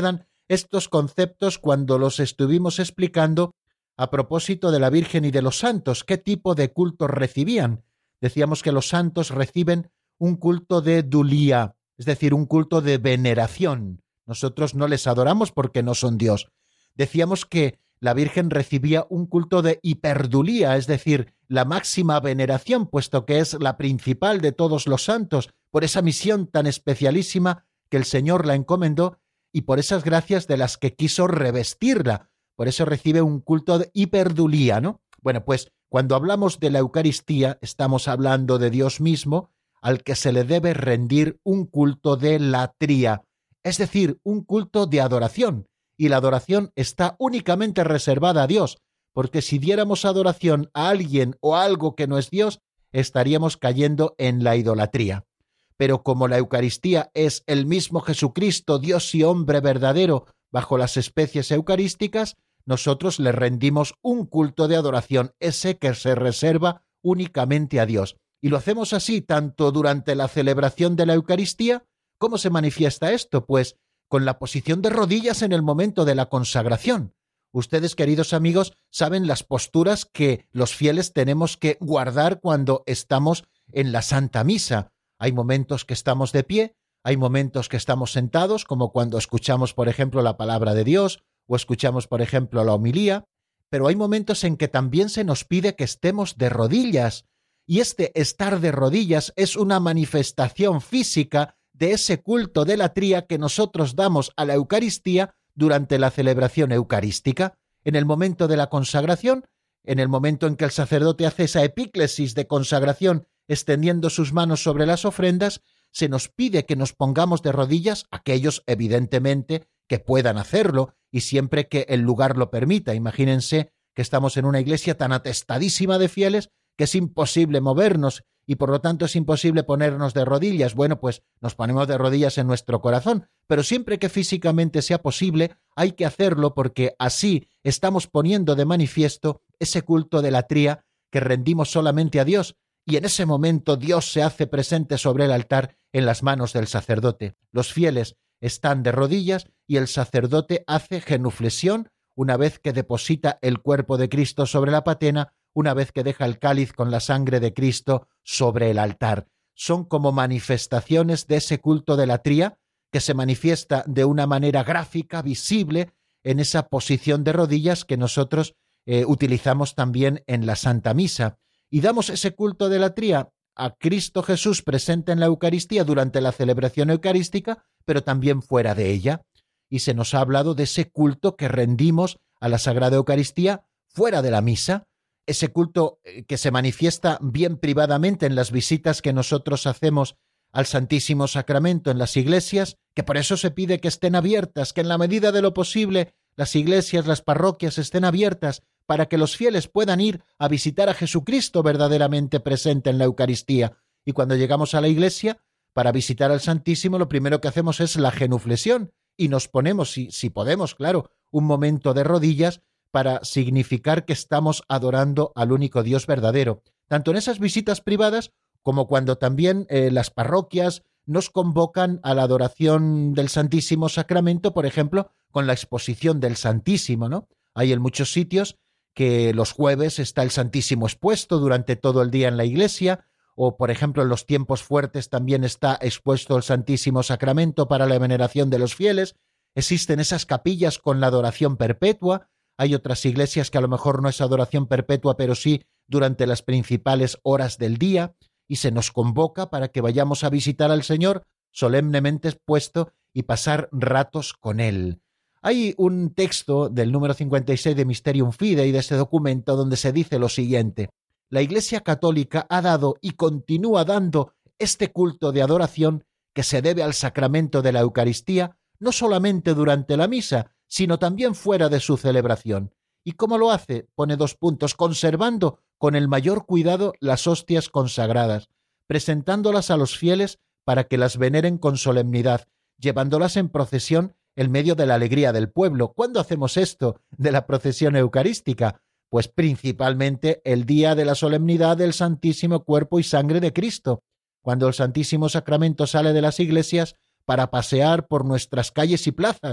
estos conceptos cuando los estuvimos explicando a propósito de la Virgen y de los santos, qué tipo de culto recibían. Decíamos que los santos reciben un culto de dulía, es decir, un culto de veneración. Nosotros no les adoramos porque no son Dios. Decíamos que la Virgen recibía un culto de hiperdulía, es decir, la máxima veneración, puesto que es la principal de todos los santos, por esa misión tan especialísima que el Señor la encomendó y por esas gracias de las que quiso revestirla. Por eso recibe un culto de hiperdulía, ¿no? Bueno, pues cuando hablamos de la Eucaristía, estamos hablando de Dios mismo, al que se le debe rendir un culto de latría, es decir, un culto de adoración. Y la adoración está únicamente reservada a Dios, porque si diéramos adoración a alguien o a algo que no es Dios, estaríamos cayendo en la idolatría. Pero como la Eucaristía es el mismo Jesucristo, Dios y hombre verdadero, bajo las especies eucarísticas, nosotros le rendimos un culto de adoración, ese que se reserva únicamente a Dios. Y lo hacemos así tanto durante la celebración de la Eucaristía. ¿Cómo se manifiesta esto? Pues con la posición de rodillas en el momento de la consagración. Ustedes, queridos amigos, saben las posturas que los fieles tenemos que guardar cuando estamos en la Santa Misa. Hay momentos que estamos de pie, hay momentos que estamos sentados, como cuando escuchamos, por ejemplo, la palabra de Dios o escuchamos, por ejemplo, la homilía, pero hay momentos en que también se nos pide que estemos de rodillas, y este estar de rodillas es una manifestación física de ese culto de latría que nosotros damos a la Eucaristía durante la celebración eucarística. En el momento de la consagración, en el momento en que el sacerdote hace esa epíclesis de consagración extendiendo sus manos sobre las ofrendas, se nos pide que nos pongamos de rodillas, aquellos evidentemente que puedan hacerlo y siempre que el lugar lo permita. Imagínense que estamos en una iglesia tan atestadísima de fieles que es imposible movernos y por lo tanto es imposible ponernos de rodillas. Bueno, pues nos ponemos de rodillas en nuestro corazón, pero siempre que físicamente sea posible hay que hacerlo porque así estamos poniendo de manifiesto ese culto de latría que rendimos solamente a Dios, y en ese momento Dios se hace presente sobre el altar en las manos del sacerdote. Los fieles están de rodillas y el sacerdote hace genuflexión una vez que deposita el cuerpo de Cristo sobre la patena, una vez que deja el cáliz con la sangre de Cristo sobre el altar. Son como manifestaciones de ese culto de latría que se manifiesta de una manera gráfica, visible, en esa posición de rodillas que nosotros eh, utilizamos también en la Santa Misa. Y damos ese culto de latría a Cristo Jesús presente en la Eucaristía durante la celebración eucarística, pero también fuera de ella. Y se nos ha hablado de ese culto que rendimos a la Sagrada Eucaristía fuera de la misa, ese culto que se manifiesta bien privadamente en las visitas que nosotros hacemos al Santísimo Sacramento en las iglesias, que por eso se pide que estén abiertas, que en la medida de lo posible las iglesias, las parroquias estén abiertas para que los fieles puedan ir a visitar a Jesucristo verdaderamente presente en la Eucaristía. Y cuando llegamos a la iglesia, para visitar al Santísimo, lo primero que hacemos es la genuflexión y nos ponemos, si, si podemos, claro, un momento de rodillas para significar que estamos adorando al único Dios verdadero, tanto en esas visitas privadas como cuando también eh, las parroquias nos convocan a la adoración del Santísimo Sacramento, por ejemplo, con la exposición del Santísimo, ¿no? Hay en muchos sitios que los jueves está el Santísimo expuesto durante todo el día en la iglesia, o por ejemplo en los tiempos fuertes también está expuesto el Santísimo Sacramento para la veneración de los fieles. Existen esas capillas con la adoración perpetua. Hay otras iglesias que a lo mejor no es adoración perpetua, pero sí durante las principales horas del día, y se nos convoca para que vayamos a visitar al Señor solemnemente expuesto y pasar ratos con Él. Hay un texto del número cincuenta y seis de Mysterium Fidei, de ese documento, donde se dice lo siguiente: la Iglesia Católica ha dado y continúa dando este culto de adoración que se debe al sacramento de la Eucaristía, no solamente durante la misa, sino también fuera de su celebración. ¿Y cómo lo hace? Pone dos puntos: conservando con el mayor cuidado las hostias consagradas, presentándolas a los fieles para que las veneren con solemnidad, llevándolas en procesión en medio de la alegría del pueblo. ¿Cuándo hacemos esto de la procesión eucarística? Pues principalmente el día de la solemnidad del Santísimo Cuerpo y Sangre de Cristo, cuando el Santísimo Sacramento sale de las iglesias para pasear por nuestras calles y plazas,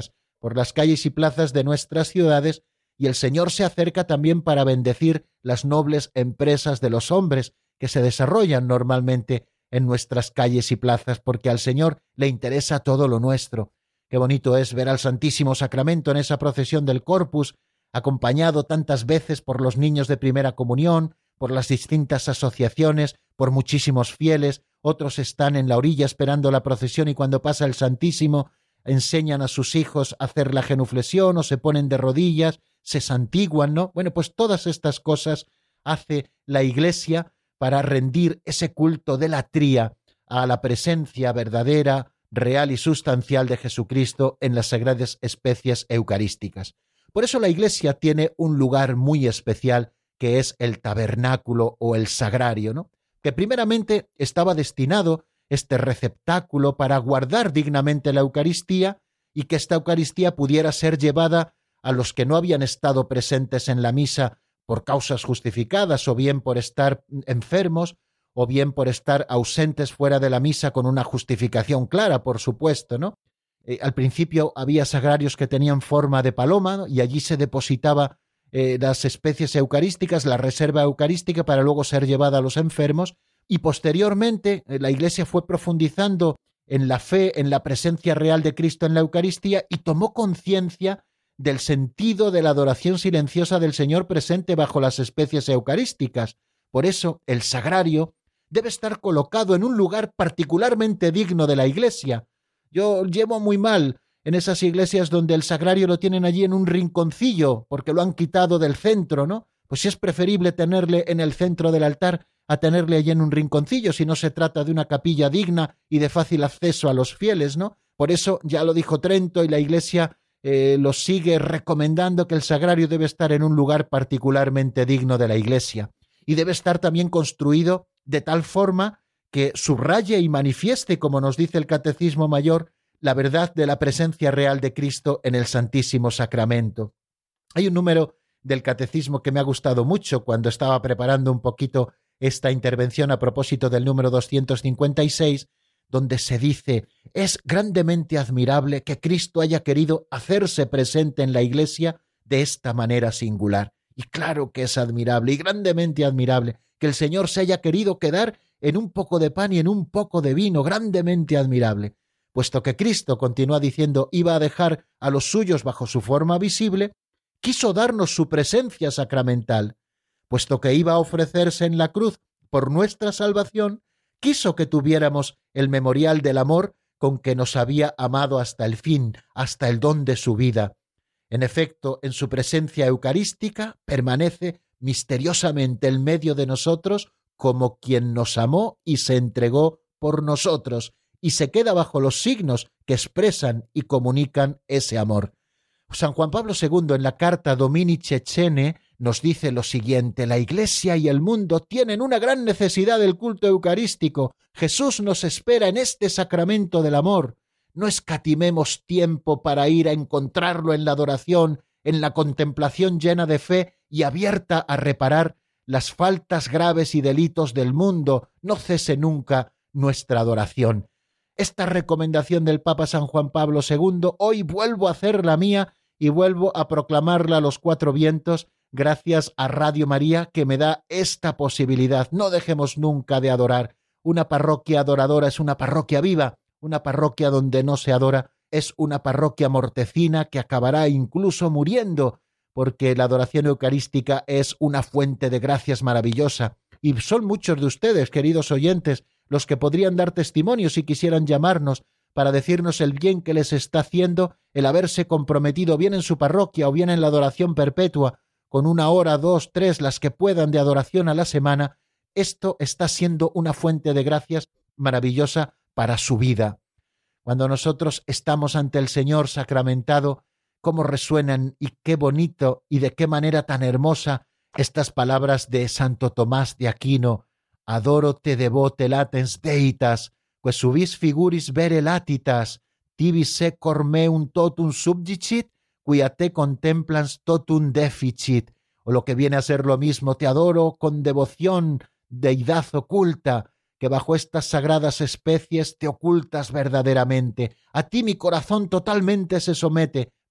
por las calles y plazas de nuestras ciudades, y el Señor se acerca también para bendecir las nobles empresas de los hombres que se desarrollan normalmente en nuestras calles y plazas, porque al Señor le interesa todo lo nuestro. Qué bonito es ver al Santísimo Sacramento en esa procesión del Corpus, acompañado tantas veces por los niños de primera comunión, por las distintas asociaciones, por muchísimos fieles. Otros están en la orilla esperando la procesión y cuando pasa el Santísimo enseñan a sus hijos a hacer la genuflexión o se ponen de rodillas, se santiguan, ¿no? Bueno, pues todas estas cosas hace la Iglesia para rendir ese culto de latría a la presencia verdadera, real y sustancial de Jesucristo en las sagradas especies eucarísticas. Por eso la Iglesia tiene un lugar muy especial que es el tabernáculo o el sagrario, ¿no? Que primeramente estaba destinado este receptáculo para guardar dignamente la Eucaristía y que esta Eucaristía pudiera ser llevada a los que no habían estado presentes en la misa por causas justificadas o bien por estar enfermos o bien por estar ausentes fuera de la misa con una justificación clara, por supuesto, ¿no? Eh, al principio había sagrarios que tenían forma de paloma, ¿no? Y allí se depositaba eh, las especies eucarísticas, la reserva eucarística para luego ser llevada a los enfermos, y posteriormente eh, la Iglesia fue profundizando en la fe, en la presencia real de Cristo en la Eucaristía y tomó conciencia del sentido de la adoración silenciosa del Señor presente bajo las especies eucarísticas. Por eso el sagrario debe estar colocado en un lugar particularmente digno de la Iglesia. Yo llevo muy mal en esas iglesias donde el sagrario lo tienen allí en un rinconcillo porque lo han quitado del centro, ¿no? Pues si es preferible tenerle en el centro del altar a tenerle allí en un rinconcillo si no se trata de una capilla digna y de fácil acceso a los fieles, ¿no? Por eso ya lo dijo Trento y la Iglesia eh, lo sigue recomendando que el sagrario debe estar en un lugar particularmente digno de la Iglesia y debe estar también construido de tal forma que subraye y manifieste, como nos dice el Catecismo Mayor, la verdad de la presencia real de Cristo en el Santísimo Sacramento. Hay un número del Catecismo que me ha gustado mucho cuando estaba preparando un poquito esta intervención a propósito del número doscientos cincuenta y seis, donde se dice: es grandemente admirable que Cristo haya querido hacerse presente en la Iglesia de esta manera singular. Y claro que es admirable y grandemente admirable que el Señor se haya querido quedar en un poco de pan y en un poco de vino, grandemente admirable. Puesto que Cristo, continúa diciendo, iba a dejar a los suyos bajo su forma visible, quiso darnos su presencia sacramental. Puesto que iba a ofrecerse en la cruz por nuestra salvación, quiso que tuviéramos el memorial del amor con que nos había amado hasta el fin, hasta el don de su vida. En efecto, en su presencia eucarística permanece misteriosamente en medio de nosotros como quien nos amó y se entregó por nosotros, y se queda bajo los signos que expresan y comunican ese amor. San Juan Pablo segundo en la carta Domini Cecene nos dice lo siguiente: la Iglesia y el mundo tienen una gran necesidad del culto eucarístico. Jesús nos espera en este sacramento del amor. No escatimemos tiempo para ir a encontrarlo en la adoración, en la contemplación llena de fe y abierta a reparar las faltas graves y delitos del mundo. No cese nunca nuestra adoración. Esta recomendación del Papa San Juan Pablo segundo hoy vuelvo a hacerla mía y vuelvo a proclamarla a los cuatro vientos gracias a Radio María, que me da esta posibilidad. No dejemos nunca de adorar. Una parroquia adoradora es una parroquia viva. Una parroquia donde no se adora es una parroquia mortecina que acabará incluso muriendo, porque la adoración eucarística es una fuente de gracias maravillosa. Y son muchos de ustedes, queridos oyentes, los que podrían dar testimonio si quisieran llamarnos para decirnos el bien que les está haciendo el haberse comprometido bien en su parroquia o bien en la adoración perpetua, con una hora, dos, tres, las que puedan de adoración a la semana. Esto está siendo una fuente de gracias maravillosa para su vida. Cuando nosotros estamos ante el Señor sacramentado, cómo resuenan y qué bonito y de qué manera tan hermosa estas palabras de Santo Tomás de Aquino: adoro te devote latens deitas, pues subis figuris vere latitas, tibi se cor meum totum subdicit, quia te contemplans totum deficit. O lo que viene a ser lo mismo: te adoro con devoción, deidad oculta, que bajo estas sagradas especies te ocultas verdaderamente. A ti mi corazón totalmente se somete,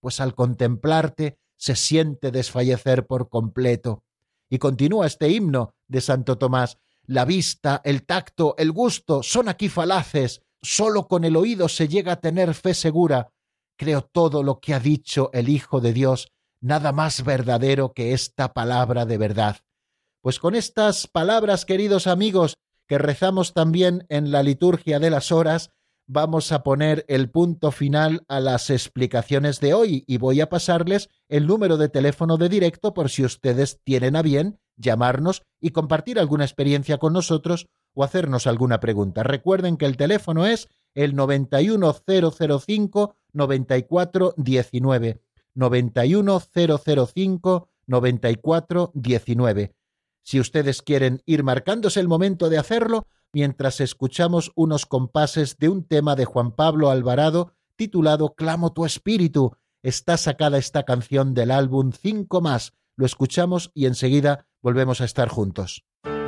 pues al contemplarte se siente desfallecer por completo. Y continúa este himno de Santo Tomás: la vista, el tacto, el gusto son aquí falaces, sólo con el oído se llega a tener fe segura. Creo todo lo que ha dicho el Hijo de Dios, nada más verdadero que esta palabra de verdad. Pues con estas palabras, queridos amigos, que rezamos también en la liturgia de las horas, vamos a poner el punto final a las explicaciones de hoy y voy a pasarles el número de teléfono de directo por si ustedes tienen a bien llamarnos y compartir alguna experiencia con nosotros o hacernos alguna pregunta. Recuerden que el teléfono es el noventa y uno cero cero cinco noventa y cuatro diecinueve, noventa y uno cero cero cinco noventa y cuatro diecinueve. Si ustedes quieren ir marcándose el momento de hacerlo, mientras escuchamos unos compases de un tema de Juan Pablo Alvarado titulado Clamo tu espíritu. Está sacada esta canción del álbum Cinco más. Lo escuchamos y enseguida volvemos a estar juntos.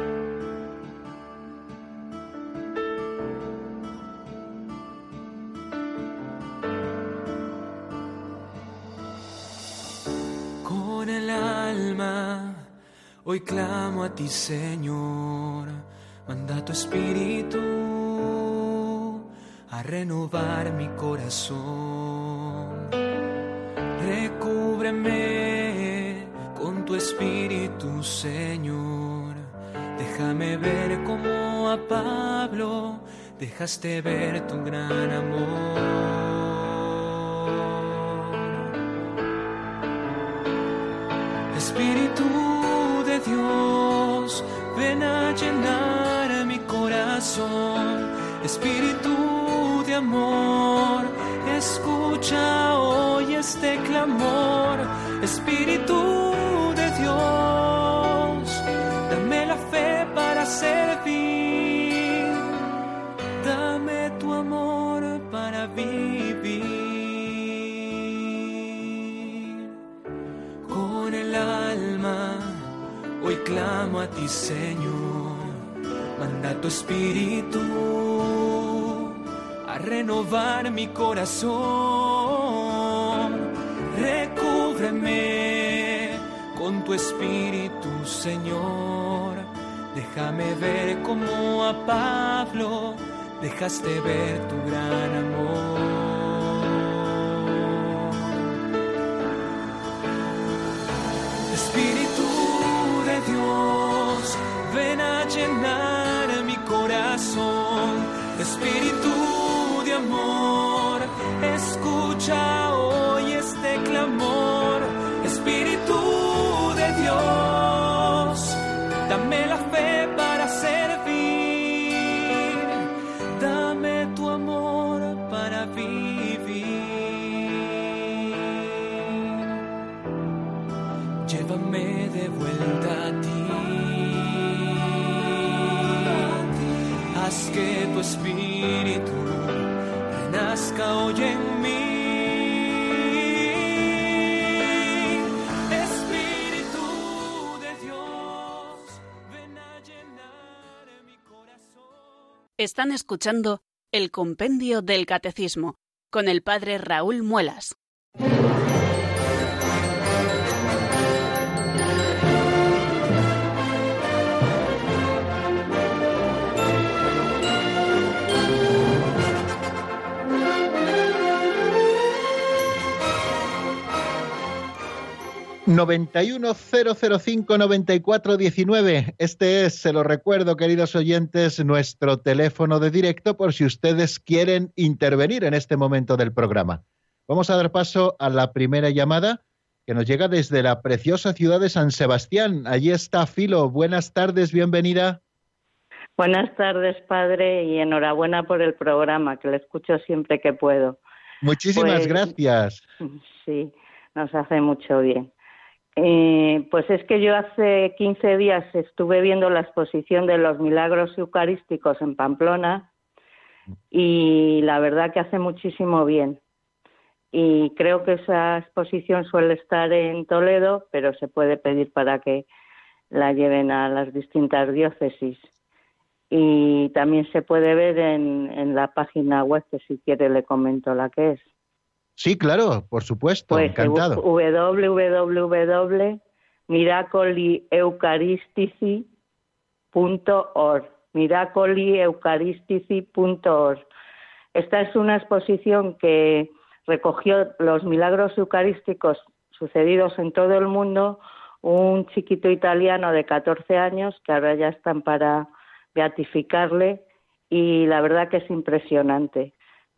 Con el alma hoy clamo a ti, Señor. Manda tu espíritu a renovar mi corazón. Recúbreme con tu espíritu, Señor. Déjame ver como a Pablo dejaste ver tu gran amor. Espíritu de Dios, ven a llenar mi corazón. Espíritu de amor, escucha hoy este clamor. Espíritu de Dios, dame la fe para servir. Dame tu amor para vivir. Con el alma hoy clamo a ti, Señor. Manda tu espíritu a renovar mi corazón. Recúbreme con tu espíritu, Señor. Déjame ver como a Pablo dejaste ver tu gran amor. Espíritu de Dios, ven a llenar mi corazón. Espíritu de amor, escucha hoy este clamor. Espíritu de Dios, dame la fe para servir. Dame tu amor para vivir. Llévame de vuelta a ti. Haz que tu espíritu renazca hoy en mí. Espíritu de Dios, ven a llenar mi corazón. Están escuchando el Compendio del Catecismo con el Padre Raúl Muelas. noventa y uno cero cero cinco noventa y cuatro diecinueve. Este es, se lo recuerdo, queridos oyentes, nuestro teléfono de directo por si ustedes quieren intervenir en este momento del programa. Vamos a dar paso a la primera llamada que nos llega desde la preciosa ciudad de San Sebastián. Allí está Filo. Buenas tardes, bienvenida. Buenas tardes, padre, y enhorabuena por el programa, que lo escucho siempre que puedo. Muchísimas pues, gracias. Sí, nos hace mucho bien. Eh, pues es que yo hace quince días estuve viendo la exposición de los milagros eucarísticos en Pamplona y la verdad que hace muchísimo bien. Y creo que esa exposición suele estar en Toledo, pero se puede pedir para que la lleven a las distintas diócesis. Y también se puede ver en, en la página web, que si quiere le comento la que es. Sí, claro, por supuesto, Pues encantado. w w w punto miracoli eucharistici punto org, miracoli eucharistici punto org. Esta es una exposición que recogió los milagros eucarísticos sucedidos en todo el mundo, un chiquito italiano de catorce años, que ahora ya están para beatificarle, y la verdad que es impresionante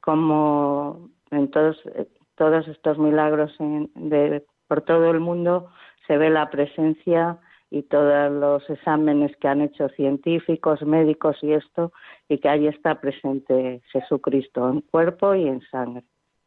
como en todos, todos estos milagros en, de, por todo el mundo se ve la presencia y todos los exámenes que han hecho científicos, médicos y esto, y que ahí está presente Jesucristo en cuerpo y en sangre.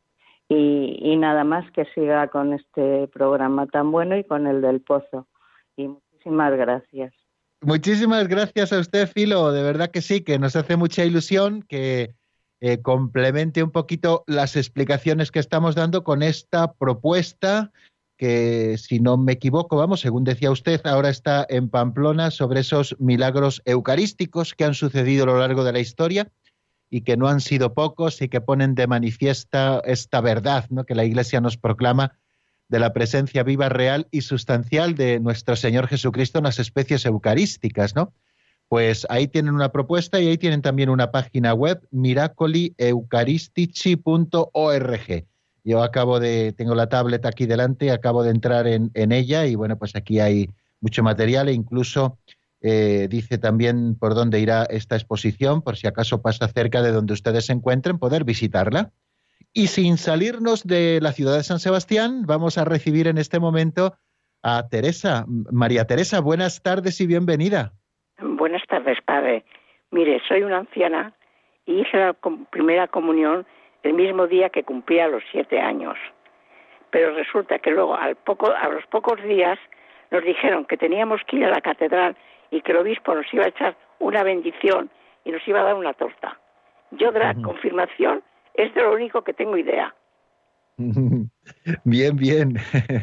Y, y nada más, que siga con este programa tan bueno y con el del Pozo. Y muchísimas gracias. Muchísimas gracias a usted, Filo. De verdad que sí, que nos hace mucha ilusión que eh, complemente un poquito las explicaciones que estamos dando con esta propuesta que, si no me equivoco, vamos, según decía usted, ahora está en Pamplona, sobre esos milagros eucarísticos que han sucedido a lo largo de la historia y que no han sido pocos y que ponen de manifiesta esta verdad, ¿no?, que la Iglesia nos proclama, de la presencia viva, real y sustancial de nuestro Señor Jesucristo en las especies eucarísticas, ¿no? Pues ahí tienen una propuesta y ahí tienen también una página web, miracoli eucharistici punto org. Yo acabo de, tengo la tablet aquí delante, acabo de entrar en, en ella y bueno, pues aquí hay mucho material e incluso eh, dice también por dónde irá esta exposición, por si acaso pasa cerca de donde ustedes se encuentren, poder visitarla. Y sin salirnos de la ciudad de San Sebastián, vamos a recibir en este momento a Teresa. María Teresa, buenas tardes y bienvenida. Buenas tardes, padre. Mire, soy una anciana y hice la primera comunión el mismo día que cumplía los siete años. Pero resulta que luego, al poco, a los pocos días, nos dijeron que teníamos que ir a la catedral y que el obispo nos iba a echar una bendición y nos iba a dar una torta. Yo de la uh-huh. confirmación es de lo único que tengo idea. Bien, bien.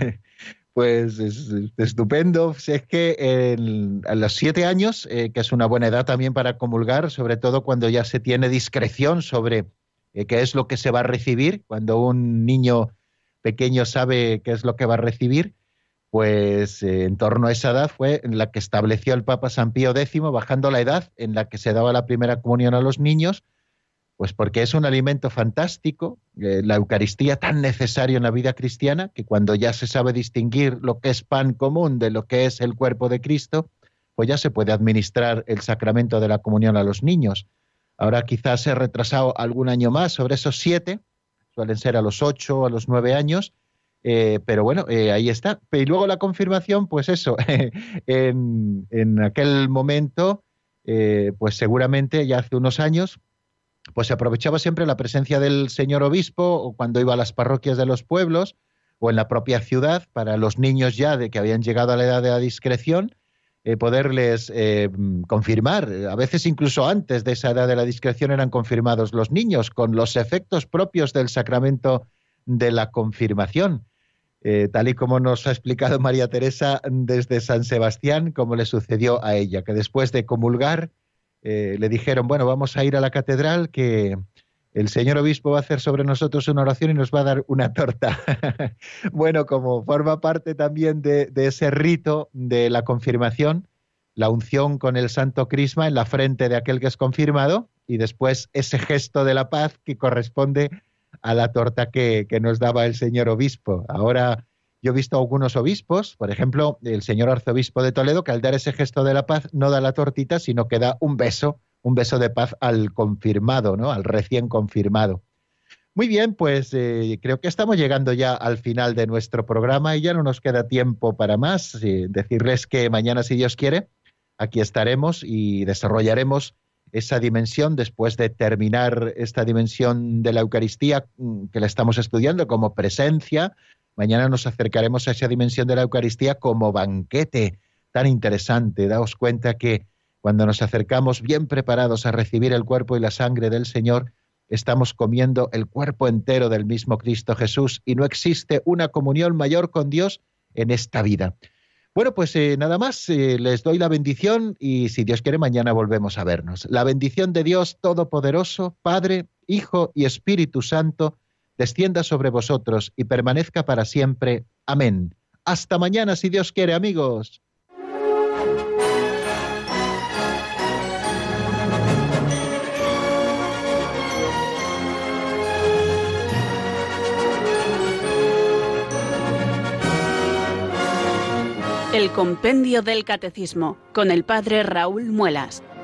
Pues es, es estupendo. Es que en, a los siete años, eh, que es una buena edad también para comulgar, sobre todo cuando ya se tiene discreción sobre eh, qué es lo que se va a recibir, cuando un niño pequeño sabe qué es lo que va a recibir, pues eh, en torno a esa edad fue en la que estableció el Papa San Pío décimo, bajando la edad en la que se daba la primera comunión a los niños, pues porque es un alimento fantástico, eh, la Eucaristía tan necesario en la vida cristiana, que cuando ya se sabe distinguir lo que es pan común de lo que es el cuerpo de Cristo, pues ya se puede administrar el sacramento de la comunión a los niños. Ahora quizás se ha retrasado algún año más sobre esos siete, suelen ser a los ocho, a los nueve años, eh, pero bueno, eh, ahí está. Y luego la confirmación, pues eso, en, en aquel momento, eh, pues seguramente ya hace unos años, pues se aprovechaba siempre la presencia del señor obispo o cuando iba a las parroquias de los pueblos o en la propia ciudad para los niños ya de que habían llegado a la edad de la discreción, eh, poderles eh, confirmar. A veces incluso antes de esa edad de la discreción eran confirmados los niños con los efectos propios del sacramento de la confirmación. Eh, tal y como nos ha explicado María Teresa desde San Sebastián, como le sucedió a ella, que después de comulgar, Eh, le dijeron, bueno, vamos a ir a la catedral, que el señor obispo va a hacer sobre nosotros una oración y nos va a dar una torta. Bueno, como forma parte también de, de ese rito de la confirmación, la unción con el santo crisma en la frente de aquel que es confirmado y después ese gesto de la paz que corresponde a la torta que, que nos daba el señor obispo. Ahora yo he visto a algunos obispos, por ejemplo, el señor arzobispo de Toledo, que al dar ese gesto de la paz no da la tortita, sino que da un beso, un beso de paz al confirmado, ¿no?, al recién confirmado. Muy bien, pues eh, creo que estamos llegando ya al final de nuestro programa y ya no nos queda tiempo para más. Eh, decirles que mañana, si Dios quiere, aquí estaremos y desarrollaremos esa dimensión después de terminar esta dimensión de la Eucaristía que la estamos estudiando como presencia. Mañana nos acercaremos a esa dimensión de la Eucaristía como banquete tan interesante. Daos cuenta que cuando nos acercamos bien preparados a recibir el cuerpo y la sangre del Señor, estamos comiendo el cuerpo entero del mismo Cristo Jesús y no existe una comunión mayor con Dios en esta vida. Bueno, pues eh, nada más, eh, les doy la bendición y si Dios quiere mañana volvemos a vernos. La bendición de Dios Todopoderoso, Padre, Hijo y Espíritu Santo, descienda sobre vosotros y permanezca para siempre. Amén. Hasta mañana, si Dios quiere, amigos. El Compendio del Catecismo, con el Padre Raúl Muelas.